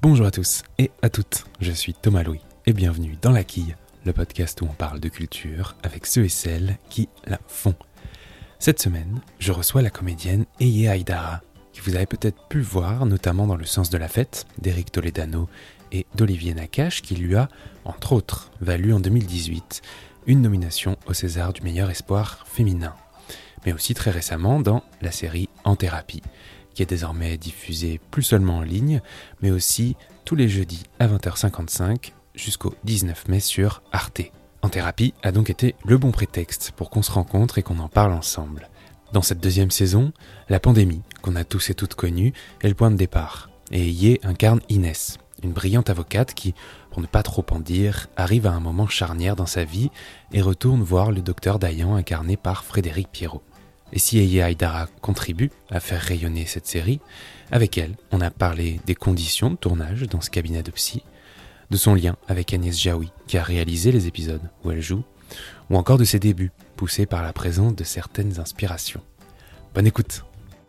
Bonjour à tous et à toutes, je suis Thomas Louis et bienvenue dans La Quille, le podcast où on parle de culture avec ceux et celles qui la font. Cette semaine, je reçois la comédienne Eye Aïdara, que vous avez peut-être pu voir notamment dans Le Sens de la Fête d'Éric Toledano et d'Olivier Nakache, qui lui a, entre autres, valu en 2018 une nomination au César du meilleur espoir féminin. Mais aussi très récemment dans la série En Thérapie, qui est désormais diffusée plus seulement en ligne, mais aussi tous les jeudis à 20h55 jusqu'au 19 mai sur Arte. En Thérapie a donc été le bon prétexte pour qu'on se rencontre et qu'on en parle ensemble. Dans cette deuxième saison, la pandémie, qu'on a tous et toutes connue, est le point de départ. Et Eye incarne Inès, une brillante avocate qui, pour ne pas trop en dire, arrive à un moment charnière dans sa vie et retourne voir le docteur Dayan incarné par Frédéric Pierrot. Et si Eye Aïdara contribue à faire rayonner cette série, avec elle, on a parlé des conditions de tournage dans ce cabinet de psy, de son lien avec Agnès Jaoui, qui a réalisé les épisodes où elle joue, ou encore de ses débuts, poussés par la présence de certaines inspirations. Bonne écoute.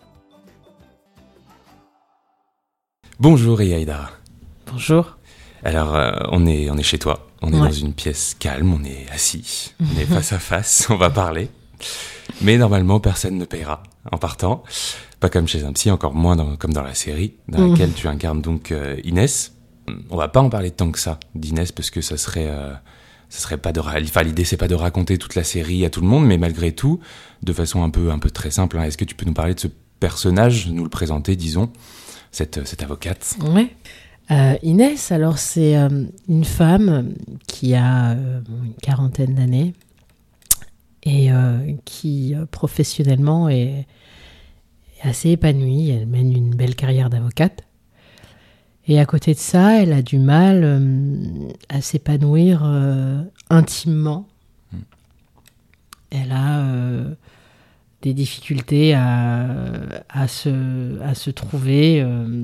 Bonjour Eye Aïdara. Bonjour. Alors, on est chez toi, on est dans une pièce calme, on est assis, on est face à face, on va parler. Mais normalement, personne ne paiera en partant. Pas comme chez un psy, encore moins comme dans la série, dans laquelle tu incarnes donc Inès. On va pas en parler tant que ça d'Inès, parce que ça serait pas l'idée, c'est pas de raconter toute la série à tout le monde, mais malgré tout, de façon un peu très simple, hein, est-ce que tu peux nous parler de ce personnage, nous le présenter, disons, cette avocate? Ouais. Inès, alors c'est une femme qui a une quarantaine d'années, et qui professionnellement est assez épanouie. Elle mène une belle carrière d'avocate. Et à côté de ça, elle a du mal à s'épanouir intimement. Elle a des difficultés à se trouver.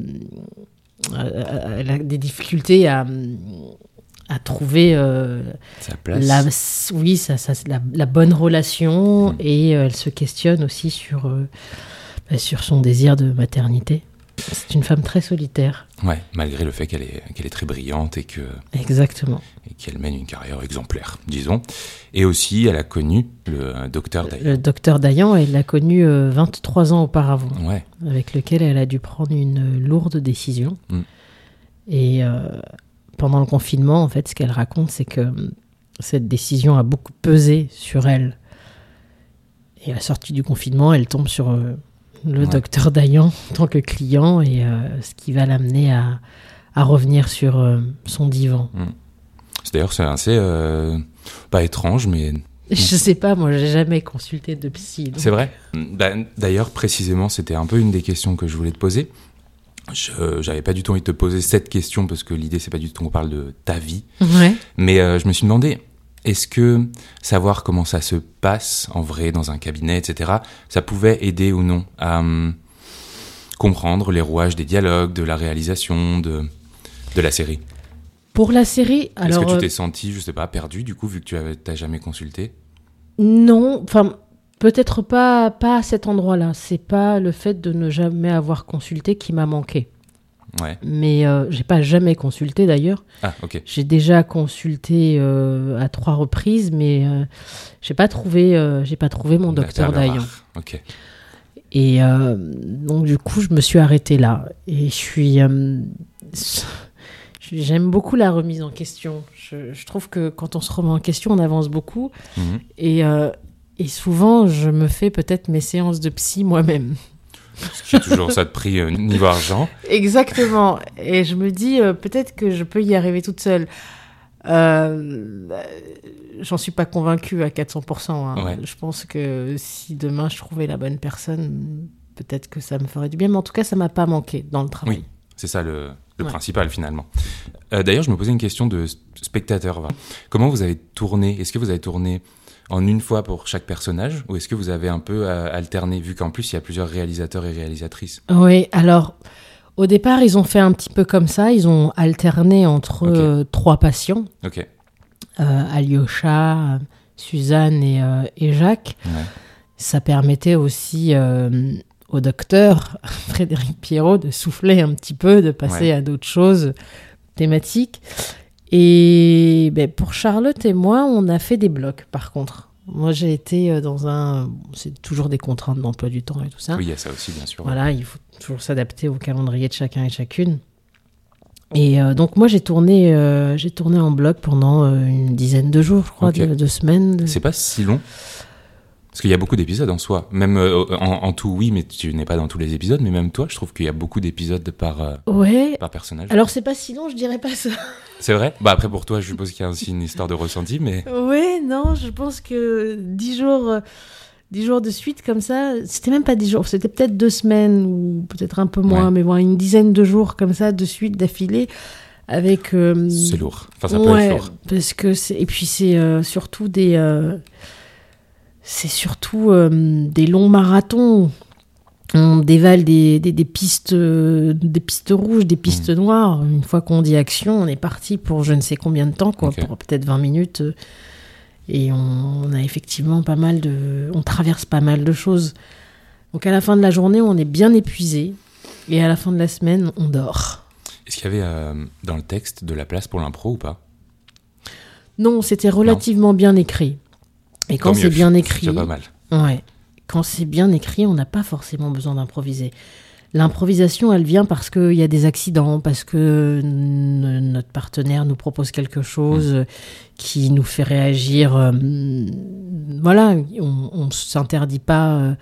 Elle a des difficultés à trouver sa place. La bonne relation, et elle se questionne aussi sur son désir de maternité. C'est une femme très solitaire. Ouais, malgré le fait qu'elle est très brillante et Exactement. Et qu'elle mène une carrière exemplaire, disons. Et aussi, elle a connu le docteur Dayan. Le docteur Dayan, elle l'a connu 23 ans auparavant, ouais. Avec lequel elle a dû prendre une lourde décision. Et pendant le confinement, en fait, ce qu'elle raconte, c'est que cette décision a beaucoup pesé sur elle. Et à la sortie du confinement, elle tombe sur le docteur Dayan en tant que client, et ce qui va l'amener à revenir sur son divan. C'est assez, pas étrange, mais... Je sais pas, moi, j'ai jamais consulté de psy. Donc... C'est vrai. D'ailleurs, précisément, c'était un peu une des questions que je voulais te poser. J'avais pas du tout envie de te poser cette question, parce que l'idée, c'est pas du tout qu'on parle de ta vie. Ouais. Mais je me suis demandé, est-ce que savoir comment ça se passe en vrai dans un cabinet, etc., ça pouvait aider ou non à comprendre les rouages des dialogues, de la réalisation, de la série? Pour la série, alors... Est-ce que tu t'es senti, je sais pas, perdu, du coup, vu que t'as jamais consulté? Non, enfin... Peut-être pas à cet endroit-là. C'est pas le fait de ne jamais avoir consulté qui m'a manqué. Ouais. Mais j'ai pas jamais consulté d'ailleurs. Ah, ok. J'ai déjà consulté à 3 reprises, mais j'ai pas trouvé mon docteur Dayan. Ok. Et donc du coup, je me suis arrêtée là. Et j'aime beaucoup la remise en question. Je trouve que quand on se remet en question, on avance beaucoup. Et souvent, je me fais peut-être mes séances de psy moi-même. J'ai toujours ça de prix niveau argent. Exactement. Et je me dis, peut-être que je peux y arriver toute seule. J'en suis pas convaincue à 400%. Hein. Ouais. Je pense que si demain je trouvais la bonne personne, peut-être que ça me ferait du bien. Mais en tout cas, ça m'a pas manqué dans le travail. Oui, c'est ça le principal finalement. D'ailleurs, je me posais une question de spectateur. Comment vous avez tourné ? Est-ce que vous avez tourné en une fois pour chaque personnage, ou est-ce que vous avez un peu alterné, vu qu'en plus il y a plusieurs réalisateurs et réalisatrices? Oui, alors au départ ils ont fait un petit peu comme ça, ils ont alterné entre 3 patients, Alyosha, Suzanne et Jacques. Ouais. Ça permettait aussi au docteur Frédéric Pierrot de souffler un petit peu, de passer à d'autres choses thématiques. Et pour Charlotte et moi, on a fait des blocs, par contre. Moi, j'ai été c'est toujours des contraintes d'emploi du temps et tout ça. Oui, il y a ça aussi, bien sûr. Voilà, il faut toujours s'adapter au calendrier de chacun et chacune. Et donc, moi, j'ai tourné en bloc pendant une dizaine de jours, je crois, de semaines. C'est pas si long. Parce qu'il y a beaucoup d'épisodes en soi. Même en tout, oui, mais tu n'es pas dans tous les épisodes. Mais même toi, je trouve qu'il y a beaucoup d'épisodes par personnage. Alors, c'est pas si long, je dirais pas ça. C'est vrai ? Après, pour toi, je suppose qu'il y a aussi une histoire de ressenti, mais... Ouais, non, je pense que 10 jours de suite comme ça, c'était même pas 10 jours, c'était peut-être 2 semaines ou peut-être un peu moins, mais bon, une dizaine de jours comme ça, de suite, d'affilée, avec... C'est lourd. Enfin, ça peut être lourd. Parce que et puis c'est surtout des longs marathons. On dévale des pistes rouges, des pistes noires. Une fois qu'on dit action, on est parti pour je ne sais combien de temps, pour peut-être 20 minutes. Et on a effectivement on traverse pas mal de choses. Donc à la fin de la journée, on est bien épuisé. Et à la fin de la semaine, on dort. Est-ce qu'il y avait dans le texte de la place pour l'impro ou pas ? Non, c'était relativement bien écrit. Et quand c'est bien écrit... C'est pas mal. Ouais. Quand c'est bien écrit, on n'a pas forcément besoin d'improviser. L'improvisation, elle vient parce qu'il y a des accidents, parce que notre partenaire nous propose quelque chose qui nous fait réagir. Voilà, on s'interdit pas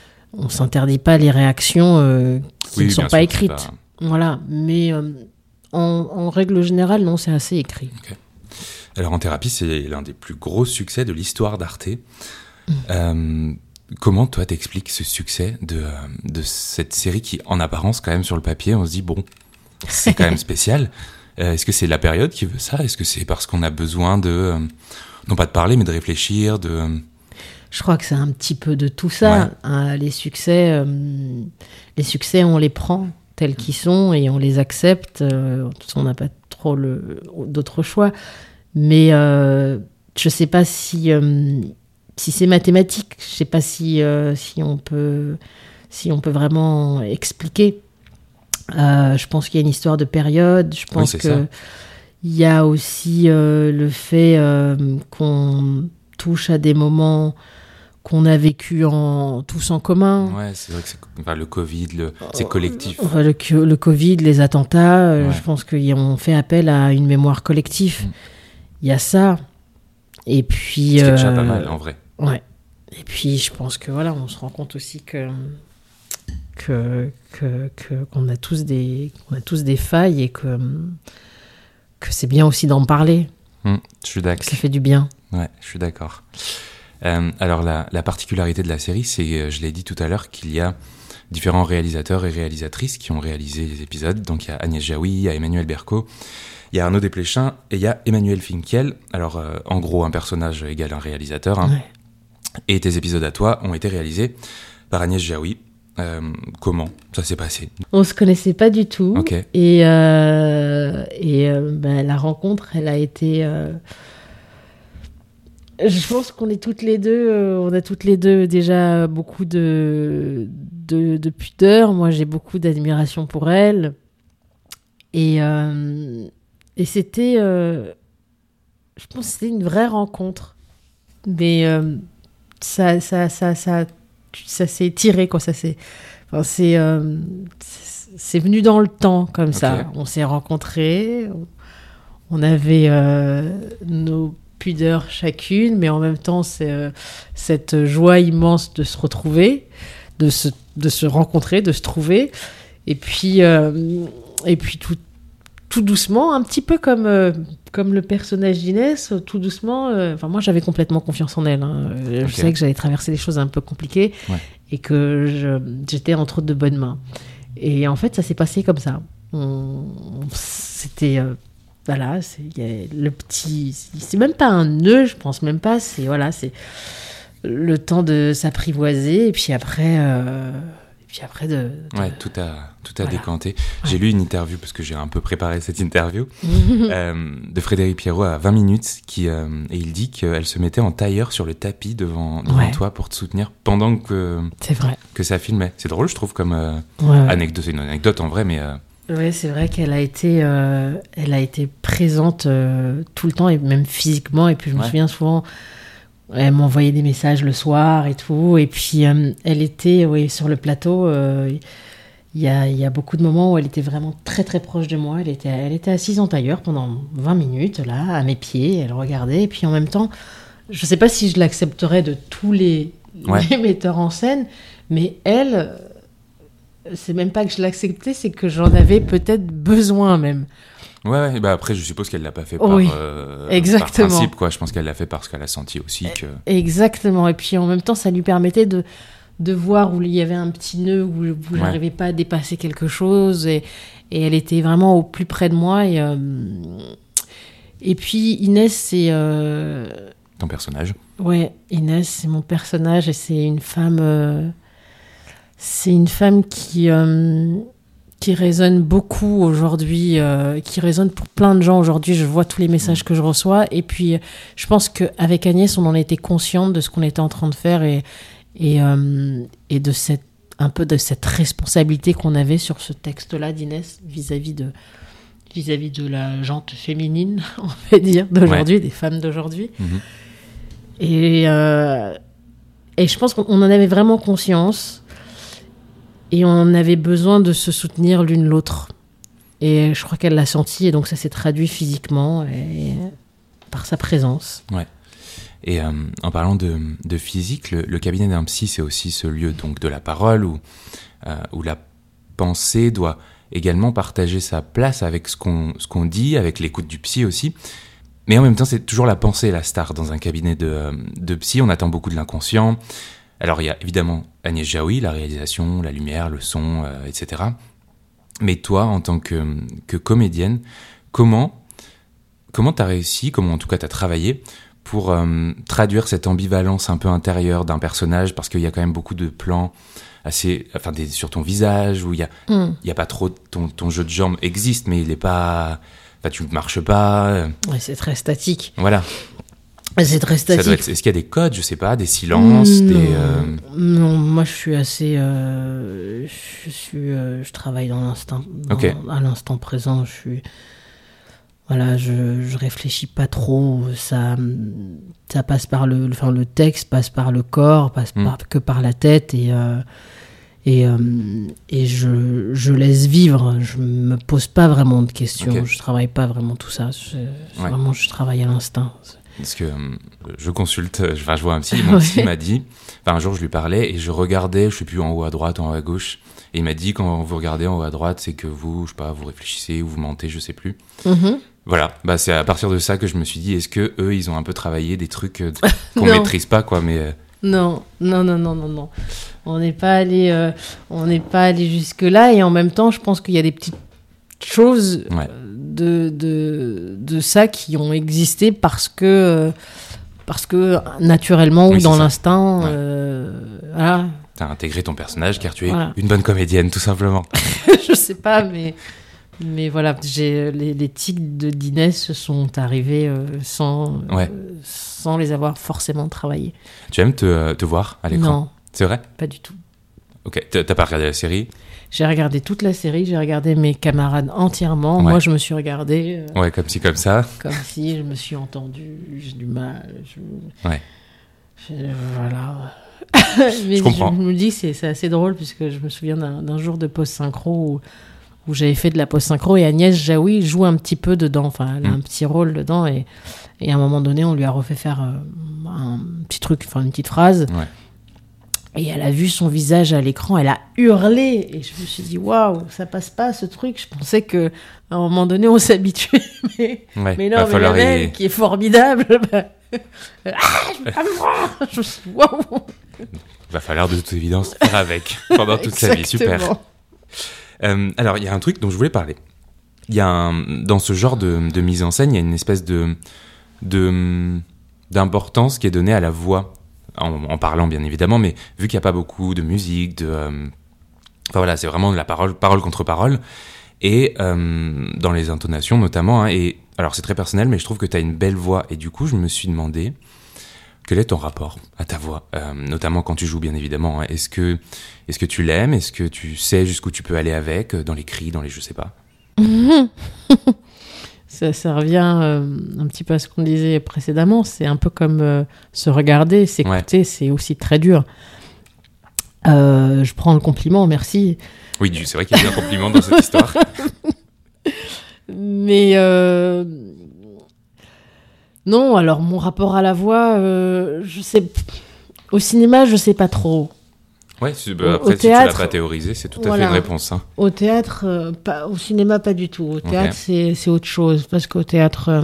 les réactions qui ne sont pas écrites. Voilà, mais en règle générale, non, c'est assez écrit. Okay. Alors en thérapie, c'est l'un des plus gros succès de l'histoire d'Arte. Comment, toi, t'expliques ce succès de cette série qui, en apparence, quand même, sur le papier, on se dit, bon, c'est quand même spécial. Est-ce que c'est la période qui veut ça ? Est-ce que c'est parce qu'on a besoin non pas de parler, mais de réfléchir, Je crois que c'est un petit peu de tout ça. Ouais. Les succès, on les prend tels qu'ils sont et on les accepte. On n'a pas trop d'autres choix. Mais je sais pas si c'est mathématique, je sais pas si on peut vraiment expliquer. Je pense qu'il y a une histoire de période. Je pense qu'il y a aussi le fait qu'on touche à des moments qu'on a vécu tous en commun. Ouais, c'est vrai que le Covid, c'est collectif. Le Covid, les attentats, je pense qu'on fait appel à une mémoire collective. Il y a ça. Et puis... C'est déjà pas mal, en vrai. Ouais. Et puis, je pense que voilà, on se rend compte aussi qu'on a tous des failles et que c'est bien aussi d'en parler. Je suis d'accord. Ça fait du bien. Ouais, je suis d'accord. Alors, la particularité de la série, c'est, je l'ai dit tout à l'heure, qu'il y a différents réalisateurs et réalisatrices qui ont réalisé les épisodes. Donc, il y a Agnès Jaoui, il y a Emmanuel Berco, il y a Arnaud Desplechin et il y a Emmanuel Finkiel. Alors, en gros, un personnage égale un réalisateur. Hein. Ouais. Et tes épisodes à toi ont été réalisés par Agnès Jaoui. Comment ça s'est passé ? On se connaissait pas du tout. Okay. Et la rencontre, elle a été... Je pense qu'on est toutes les deux, on a toutes les deux déjà beaucoup de pudeur. Moi, j'ai beaucoup d'admiration pour elle. Et c'était, je pense que c'était une vraie rencontre. Mais ça s'est étiré, quoi. C'est venu dans le temps, comme ça. On s'est rencontrés, on avait nos pudeurs chacune, mais en même temps, c'est cette joie immense de se retrouver, de se rencontrer, de se trouver. Et puis tout doucement, un petit peu comme le personnage d'Inès, tout doucement, moi j'avais complètement confiance en elle. Hein. Je savais que j'allais traverser des choses un peu compliquées et que j'étais entre de bonnes mains. Et en fait, ça s'est passé comme ça. C'était... Voilà, le petit... C'est même pas un nœud, je pense même pas. C'est le temps de s'apprivoiser. Et puis après, puis après tout a décanté. J'ai lu une interview, parce que j'ai un peu préparé cette interview, de Frédéric Pierrot à 20 minutes, et il dit qu'elle se mettait en tailleur sur le tapis devant toi pour te soutenir pendant que ça filmait. C'est drôle, je trouve, comme anecdote. C'est une anecdote en vrai, mais... Oui, c'est vrai qu'elle a été présente tout le temps, et même physiquement. Et puis je me souviens souvent, elle m'envoyait des messages le soir et tout. Et puis elle était sur le plateau. Il y a beaucoup de moments où elle était vraiment très très proche de moi. Elle était assise en tailleur pendant 20 minutes, là, à mes pieds. Elle regardait. Et puis en même temps, je ne sais pas si je l'accepterais de tous les metteurs en scène, mais elle... C'est même pas que je l'acceptais, c'est que j'en avais peut-être besoin même. Ouais, bah après je suppose qu'elle l'a pas fait par principe, quoi. Je pense qu'elle l'a fait parce qu'elle a senti aussi que... Exactement, et puis en même temps ça lui permettait de voir où il y avait un petit nœud, où je n'arrivais pas à dépasser quelque chose, et elle était vraiment au plus près de moi. Et puis Inès, c'est... Ton personnage. Ouais, Inès, c'est mon personnage, et c'est une femme... C'est une femme qui résonne beaucoup aujourd'hui, qui résonne pour plein de gens aujourd'hui. Je vois tous les messages que je reçois. Et puis, je pense qu'avec Agnès, on en était consciente de ce qu'on était en train de faire et de un peu de cette responsabilité qu'on avait sur ce texte-là d'Inès vis-à-vis de la gente féminine, on va dire, d'aujourd'hui, des femmes d'aujourd'hui. Et je pense qu'on en avait vraiment conscience. Et on avait besoin de se soutenir l'une l'autre. Et je crois qu'elle l'a senti, et donc ça s'est traduit physiquement et par sa présence. Ouais. Et en parlant de physique, le cabinet d'un psy, c'est aussi ce lieu donc de la parole où la pensée doit également partager sa place avec ce qu'on dit, avec l'écoute du psy aussi. Mais en même temps, c'est toujours la pensée la star dans un cabinet de psy. On attend beaucoup de l'inconscient. Alors, il y a évidemment Agnès Jaoui, la réalisation, la lumière, le son, etc. Mais toi, en tant que comédienne, comment t'as réussi, comment en tout cas t'as travaillé pour traduire cette ambivalence un peu intérieure d'un personnage, parce qu'il y a quand même beaucoup de plans sur ton visage, où il y a pas trop... Ton jeu de jambes existe, mais il est pas... Enfin, tu ne marches pas. Ouais, c'est très statique. Voilà. C'est très statique. Est-ce qu'il y a des codes, je sais pas, des silences, Non, moi je suis assez... je travaille dans l'instant, à l'instant présent. Je réfléchis pas trop. Ça passe par le texte passe par le corps, passe que par la tête, et je laisse vivre. Je me pose pas vraiment de questions. Je travaille pas vraiment tout ça. Vraiment, je travaille à l'instinct. Parce que je consulte, je vois un psy, mon psy m'a dit, un jour je lui parlais et je regardais, je sais plus, en haut à droite, en haut à gauche, et il m'a dit, quand vous regardez en haut à droite, c'est que vous, je sais pas, vous réfléchissez ou vous mentez, je sais plus. Voilà, c'est à partir de ça que je me suis dit, est-ce que eux, ils ont un peu travaillé des trucs qu'on maîtrise pas, quoi, mais... Non. On n'est pas allé jusque là, et en même temps, je pense qu'il y a des petites choses de ça qui ont existé parce que naturellement ou dans l'instinct, voilà. T'as intégré ton personnage car tu es une bonne comédienne, tout simplement. Je sais pas, mais voilà, les tics d'Inès sont arrivés sans les avoir forcément travaillés. Tu aimes te voir à l'écran? Non. C'est vrai? Pas du tout. Ok, t'as pas regardé la série? J'ai regardé toute la série, j'ai regardé mes camarades entièrement. Moi, je me suis regardée... comme ci, comme ça. Comme si, je me suis entendue, j'ai du mal. Voilà. Mais je comprends. Je me dis que c'est assez drôle, puisque je me souviens d'un jour de post-synchro où j'avais fait de la post-synchro, et Agnès Jaoui joue un petit peu dedans. Enfin, elle a un petit rôle dedans, et à un moment donné, on lui a refait faire un petit truc, une petite phrase. Et elle a vu son visage à l'écran, elle a hurlé, et je me suis dit waouh, ça passe pas ce truc. Je pensais que à un moment donné on s'habituait, mais non, mais la qui est formidable. Je me voir. Waouh. Va falloir de toute évidence faire avec pendant toute sa vie, super. Alors il y a un truc dont je voulais parler. Il y a dans ce genre de mise en scène, il y a une espèce d'importance qui est donnée à la voix. En parlant bien évidemment, mais vu qu'il n'y a pas beaucoup de musique, Enfin voilà, c'est vraiment de la parole contre parole. Et dans les intonations notamment. Et alors c'est très personnel, mais je trouve que tu as une belle voix. Et du coup, je me suis demandé, quel est ton rapport à ta voix, notamment quand tu joues, bien évidemment. Est-ce que tu l'aimes? Est-ce que tu sais jusqu'où tu peux aller avec, dans les cris, dans les je sais pas? Ça revient un petit peu à ce qu'on disait précédemment. C'est un peu comme se regarder, s'écouter, c'est aussi très dur. Je prends le compliment, merci. Oui, c'est vrai qu'il y a eu un compliment dans cette histoire. Mais non, alors mon rapport à la voix, je sais. Au cinéma, je sais pas trop. Ouais, après, si théâtre, tu l'as pas théorisé, c'est tout à fait une réponse. Hein. Au théâtre, au cinéma, pas du tout. Au théâtre, c'est autre chose. Parce qu'au théâtre,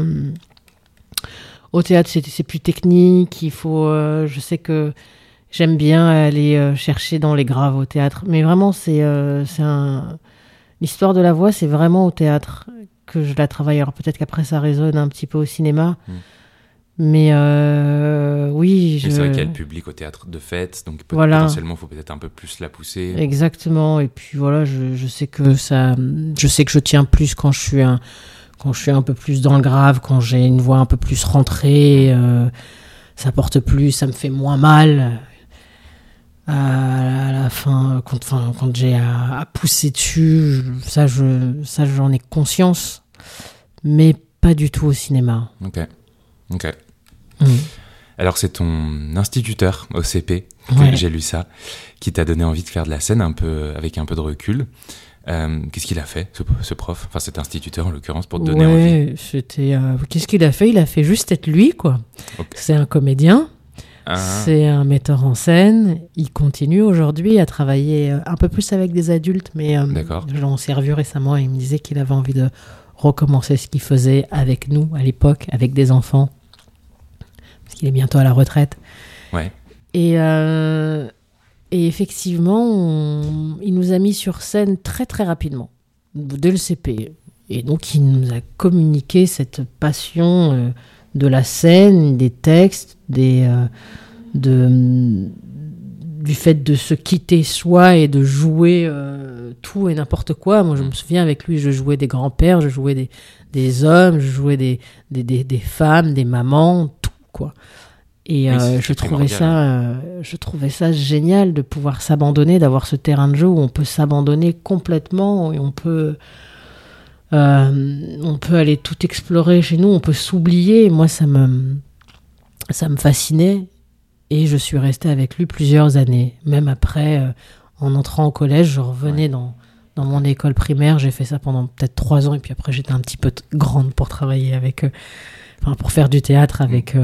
c'est plus technique. Il faut. Je sais que j'aime bien aller chercher dans les graves au théâtre. Mais vraiment, l'histoire de la voix, c'est vraiment au théâtre que je la travaille. Alors peut-être qu'après, ça résonne un petit peu au cinéma. Mais oui, c'est vrai qu'il y a le public au théâtre de fête, donc potentiellement, il faut peut-être un peu plus la pousser. Exactement. Et puis voilà, je sais que je tiens plus quand je suis un peu plus dans le grave, quand j'ai une voix un peu plus rentrée, ça porte plus, ça me fait moins mal. À la fin, quand j'ai à pousser dessus, ça j'en ai conscience, mais pas du tout au cinéma. Ok. Alors c'est ton instituteur au CP, j'ai lu ça, qui t'a donné envie de faire de la scène avec un peu de recul. Qu'est-ce qu'il a fait, ce prof, enfin cet instituteur en l'occurrence, pour te donner envie? Qu'est-ce qu'il a fait? Il a fait juste être lui, quoi. Okay. C'est un comédien. C'est un metteur en scène. Il continue aujourd'hui à travailler un peu plus avec des adultes, mais on s'est revu récemment et il me disait qu'il avait envie de recommencer ce qu'il faisait avec nous à l'époque, avec des enfants, parce qu'il est bientôt à la retraite. Ouais. Et effectivement, il nous a mis sur scène très très rapidement, dès le CP. Et donc il nous a communiqué cette passion de la scène, des textes, du fait de se quitter soi et de jouer tout et n'importe quoi. Moi, je me souviens, avec lui, je jouais des grands-pères, je jouais des hommes, je jouais des femmes, des mamans, tout, quoi. Et je trouvais ça génial de pouvoir s'abandonner, d'avoir ce terrain de jeu où on peut s'abandonner complètement et on peut aller tout explorer chez nous, on peut s'oublier. Moi, ça me fascinait et je suis restée avec lui plusieurs années. Même après, en entrant au collège, je revenais dans mon école primaire. J'ai fait ça pendant peut-être 3 ans et puis après, j'étais un petit peu grande pour travailler pour faire du théâtre avec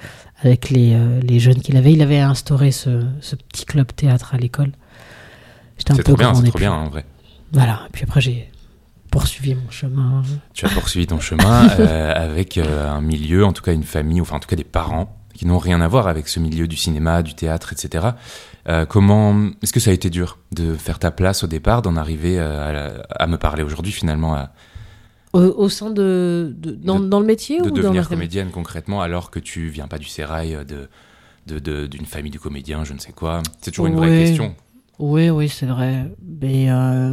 les jeunes qu'il avait. Il avait instauré ce petit club théâtre à l'école. J'étais un peu grande. C'est trop bien, en vrai. Voilà, et puis après, j'ai poursuivi mon chemin. Tu as poursuivi ton chemin avec un milieu, en tout cas une famille, enfin en tout cas des parents qui n'ont rien à voir avec ce milieu du cinéma, du théâtre, etc. Est-ce que ça a été dur de faire ta place au départ, d'en arriver à me parler aujourd'hui finalement au sein dans le métier de ou devenir comédienne concrètement, alors que tu viens pas du sérail d'une famille de comédiens, je ne sais quoi. C'est toujours une vraie question. Oui, c'est vrai. Mais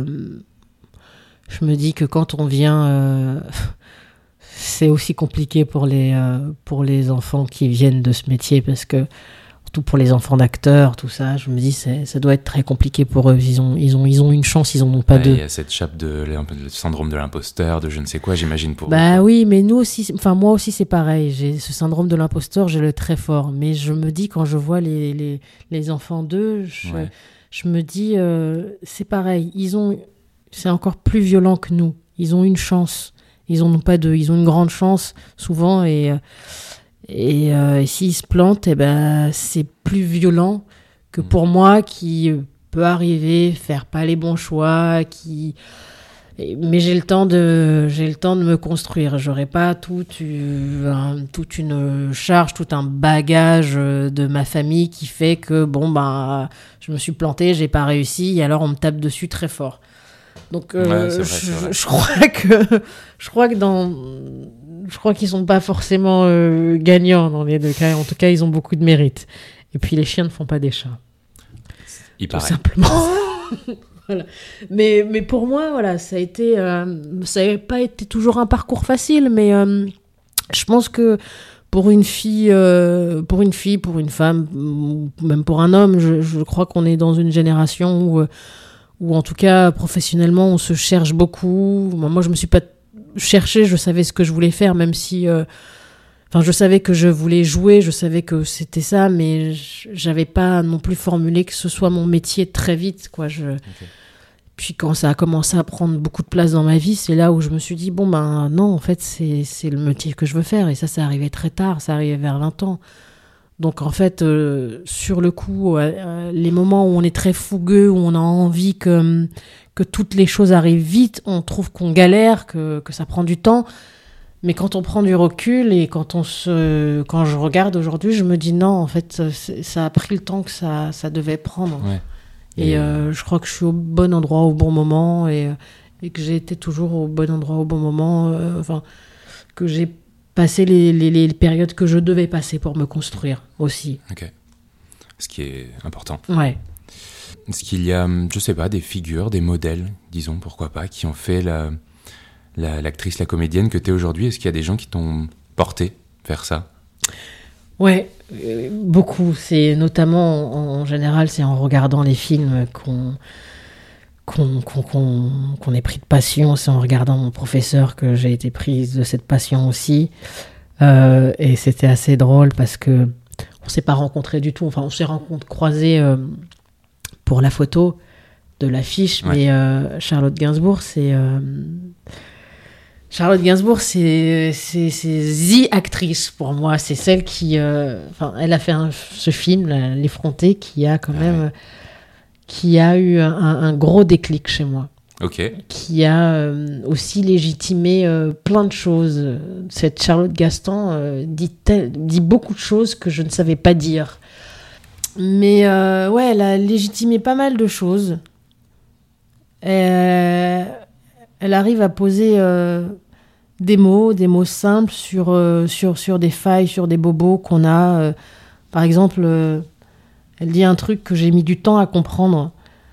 je me dis que quand on vient, c'est aussi compliqué pour les enfants qui viennent de ce métier, parce que surtout pour les enfants d'acteurs, tout ça, je me dis ça doit être très compliqué pour eux. Ils ont une chance, ils en ont pas deux. Il y a cette chape le syndrome de l'imposteur, de je ne sais quoi, j'imagine pour. Oui, mais nous aussi, moi aussi c'est pareil. J'ai ce syndrome de l'imposteur, j'ai le très fort. Mais je me dis, quand je vois les enfants d'eux, je me dis c'est pareil. C'est encore plus violent que nous. Ils ont une chance. Ils en ont pas deux. Ils ont une grande chance souvent et s'ils se plantent, c'est plus violent que pour moi qui peut arriver, faire pas les bons choix, mais j'ai le temps de me construire. J'aurai pas toute une charge, tout un bagage de ma famille qui fait que je me suis plantée, j'ai pas réussi, et alors on me tape dessus très fort. Donc je crois qu'ils sont pas forcément gagnants dans les deux cas. En tout cas, ils ont beaucoup de mérite. Et puis les chiens ne font pas des chats. Il paraît. Tout simplement. Voilà. Mais pour moi, voilà, ça n'a pas été toujours un parcours facile, mais je pense que pour une fille, pour une femme, ou même pour un homme, je crois qu'on est dans une génération où en tout cas, professionnellement, on se cherche beaucoup. Moi, je me suis pas cherchée, je savais ce que je voulais faire, même si... je savais que je voulais jouer, je savais que c'était ça, mais j'avais pas non plus formulé que ce soit mon métier très vite, quoi. Okay. Puis quand ça a commencé à prendre beaucoup de place dans ma vie, c'est là où je me suis dit, bon, non, en fait, c'est le métier que je veux faire. Et ça arrivait très tard, ça arrivait vers 20 ans. Donc, en fait, sur le coup, les moments où on est très fougueux, où on a envie que toutes les choses arrivent vite, on trouve qu'on galère, que ça prend du temps. Mais quand on prend du recul et quand je regarde aujourd'hui, je me dis non, en fait, ça a pris le temps que ça devait prendre. Ouais. Et je crois que je suis au bon endroit au bon moment et que j'ai été toujours au bon endroit au bon moment. Que j'ai passé les périodes que je devais passer pour me construire aussi. Ok. Ce qui est important. Ouais. Est-ce qu'il y a, je sais pas, des figures, des modèles, disons, pourquoi pas, qui ont fait l'actrice, la comédienne que tu es aujourd'hui? Est-ce qu'il y a des gens qui t'ont porté vers ça? Ouais, beaucoup. C'est notamment, en général, c'est en regardant les films qu'on est pris de passion. C'est en regardant mon professeur que j'ai été prise de cette passion aussi. Et c'était assez drôle parce que on s'est pas rencontrés du tout. Enfin, on s'est croisés pour la photo de l'affiche, ouais. Mais Charlotte Gainsbourg, c'est the actrice pour moi. C'est celle qui... elle a fait ce film, L'Effronté, qui a quand même... qui a eu un gros déclic chez moi. Ok. Qui a aussi légitimé plein de choses. Cette Charlotte Gaston dit beaucoup de choses que je ne savais pas dire. Mais elle a légitimé pas mal de choses. Elle arrive à poser des mots simples sur des failles, sur des bobos qu'on a. Par exemple, elle dit un truc que j'ai mis du temps à comprendre.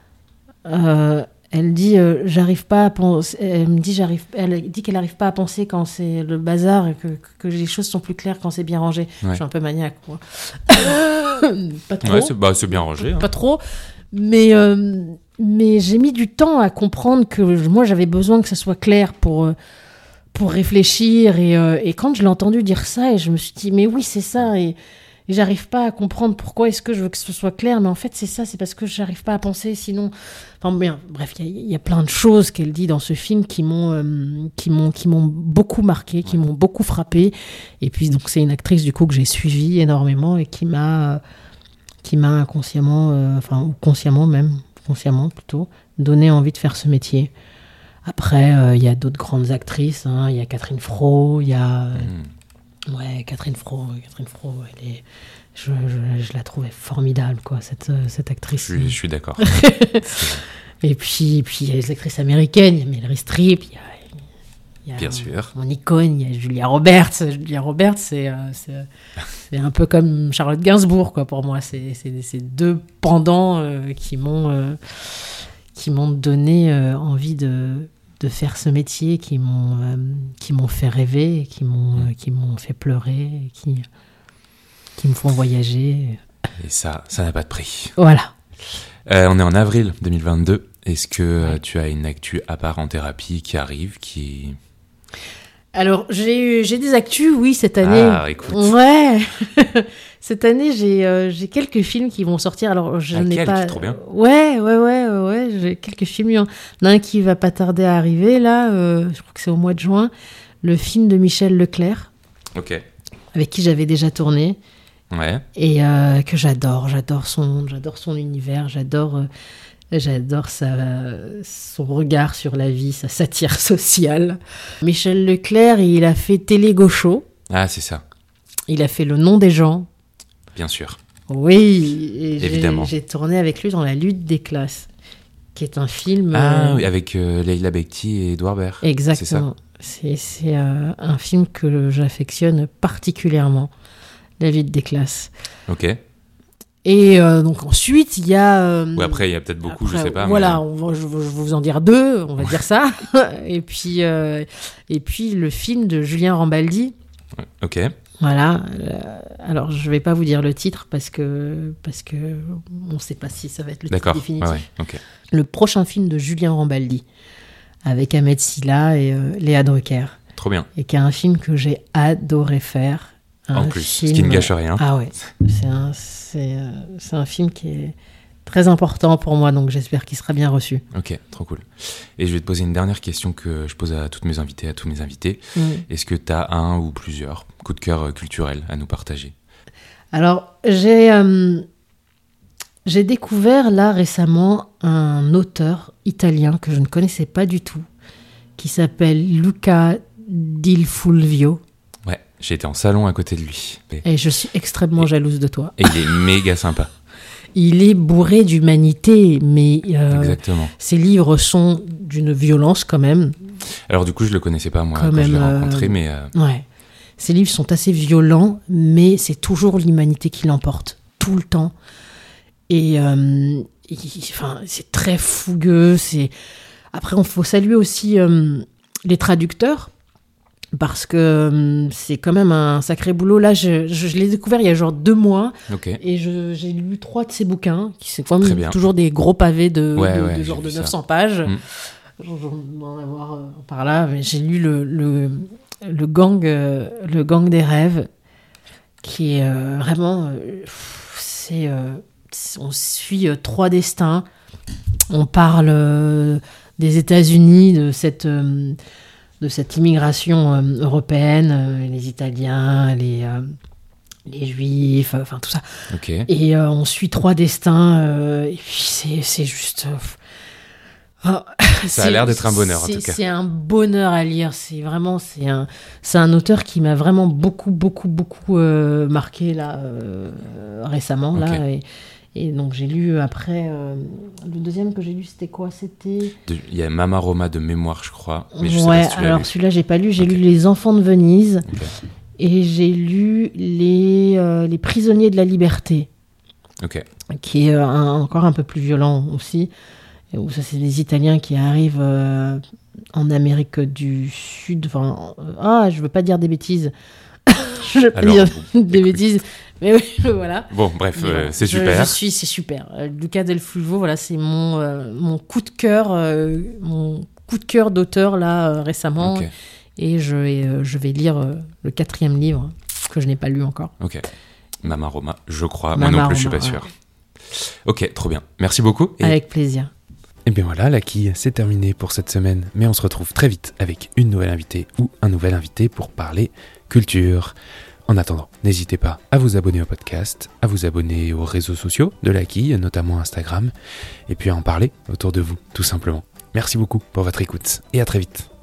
Elle dit j'arrive pas à penser. Elle dit qu'elle n'arrive pas à penser quand c'est le bazar et que les choses sont plus claires quand c'est bien rangé. Ouais. Je suis un peu maniaque, moi. Pas trop. Ouais, c'est bien rangé. Pas trop. Mais j'ai mis du temps à comprendre que moi, j'avais besoin que ça soit clair pour réfléchir. Et quand je l'ai entendu dire ça, et je me suis dit, mais oui, c'est ça. Et j'arrive pas à comprendre pourquoi est-ce que je veux que ce soit clair. Mais en fait, c'est ça, c'est parce que j'arrive pas à penser. Sinon, bref, il y a plein de choses qu'elle dit dans ce film qui m'ont beaucoup marqué, qui m'ont beaucoup frappé. Et puis, donc, c'est une actrice, du coup, que j'ai suivie énormément et qui m'a inconsciemment, ou consciemment même, consciemment plutôt, donné envie de faire ce métier. Après, il y a d'autres grandes actrices, il y a Catherine Fro, il y a... Catherine Fro, je la trouvais formidable, quoi, cette actrice. Je suis d'accord. Et puis, il y a les actrices américaines, il y a Meryl Streep, il y a bien sûr. Mon icône, il y a Julia Roberts. Julia Roberts, c'est un peu comme Charlotte Gainsbourg, quoi, pour moi. C'est deux pendants qui m'ont donné envie de faire ce métier, qui m'ont fait rêver, qui m'ont fait pleurer, qui me font voyager. Et ça n'a pas de prix. Voilà. On est en avril 2022. Est-ce que tu as une actu à part en thérapie qui arrive, Alors, j'ai des actus, oui, cette année. Ah, écoute. Ouais. Cette année, j'ai quelques films qui vont sortir. Alors, je n'ai pas... Trop bien. Ouais. J'ai quelques films. Il y en a un qui va pas tarder à arriver, là. Je crois que c'est au mois de juin. Le film de Michel Leclerc. Ok. Avec qui j'avais déjà tourné. Ouais. Et que j'adore. J'adore son univers. J'adore son regard sur la vie, sa satire sociale. Michel Leclerc, il a fait Télé Gaucho. Ah, c'est ça. Il a fait Le Nom des gens. Bien sûr. Oui, et évidemment. J'ai tourné avec lui dans La lutte des classes, qui est un film... oui, avec Leila Bekti et Edouard Baird. Exactement. C'est un film que j'affectionne particulièrement, La lutte des classes. Ok. Et donc ensuite, il y a... Ou après, il y a peut-être beaucoup, je sais pas. Voilà, je vais vous en dire 2, on va dire ça. et puis le film de Julien Rambaldi. Ok. Voilà. Alors, je vais pas vous dire le titre parce que on sait pas si ça va être le titre définitif. Ouais, okay. Le prochain film de Julien Rambaldi avec Ahmed Silla et Léa Drucker. Trop bien. Et qui est un film que j'ai adoré faire. En plus, ce qui ne gâche rien. Ah ouais. C'est un film qui est très important pour moi, donc j'espère qu'il sera bien reçu. Ok, trop cool. Et je vais te poser une dernière question que je pose à toutes mes invitées, à tous mes invités. Est-ce que tu as un ou plusieurs coups de cœur culturels à nous partager ? Alors, j'ai découvert là récemment un auteur italien que je ne connaissais pas du tout, qui s'appelle Luca Di Fulvio. Ouais, j'ai été en salon à côté de lui. Et je suis extrêmement jalouse de toi. Et il est méga sympa. Il est bourré d'humanité, mais exactement. Ses livres sont d'une violence quand même. Alors du coup, je le connaissais pas moi quand je l'ai rencontré, mais... Ouais. Ses livres sont assez violents, mais c'est toujours l'humanité qui l'emporte, tout le temps. Et c'est très fougueux. Après, il faut saluer aussi les traducteurs, parce que c'est quand même un sacré boulot. Là, je l'ai découvert il y a genre 2 mois, et j'ai lu 3 de ses bouquins, qui sont quand même toujours des gros pavés de genre de 900 pages. Je vais en avoir par là, mais j'ai lu le gang des rêves, qui est vraiment... on suit 3 destins. On parle des États-Unis, de cette immigration européenne, les Italiens, les Juifs, enfin tout ça. Okay. Et on suit 3 destins, et puis c'est juste... ça a l'air d'être un bonheur en tout cas. C'est un bonheur à lire. C'est un auteur qui m'a vraiment beaucoup marqué là récemment. Okay. Là, et donc j'ai lu après le deuxième que j'ai lu, c'était quoi? Il y a Mama Roma de mémoire, je crois. Mais alors celui-là j'ai pas lu. J'ai lu Les Enfants de Venise, et j'ai lu les Prisonniers de la Liberté, qui est encore un peu plus violent aussi. Où ça, c'est des Italiens qui arrivent en Amérique du Sud. Je veux pas dire des bêtises. Je veux pas dire des bêtises. Mais oui, voilà. Bon, bref, c'est super. C'est super. Luca Del Fulvio, voilà, c'est mon coup de cœur, d'auteur là récemment. Okay. Et je vais lire le 4e livre que je n'ai pas lu encore. Ok. Mama Roma, je crois. Moi non plus, je suis pas sûr. Ok, trop bien. Merci beaucoup. Avec plaisir. Et bien voilà, la quille, c'est terminé pour cette semaine, mais on se retrouve très vite avec une nouvelle invitée ou un nouvel invité pour parler culture. En attendant, n'hésitez pas à vous abonner au podcast, à vous abonner aux réseaux sociaux de la quille, notamment Instagram, et puis à en parler autour de vous, tout simplement. Merci beaucoup pour votre écoute, et à très vite.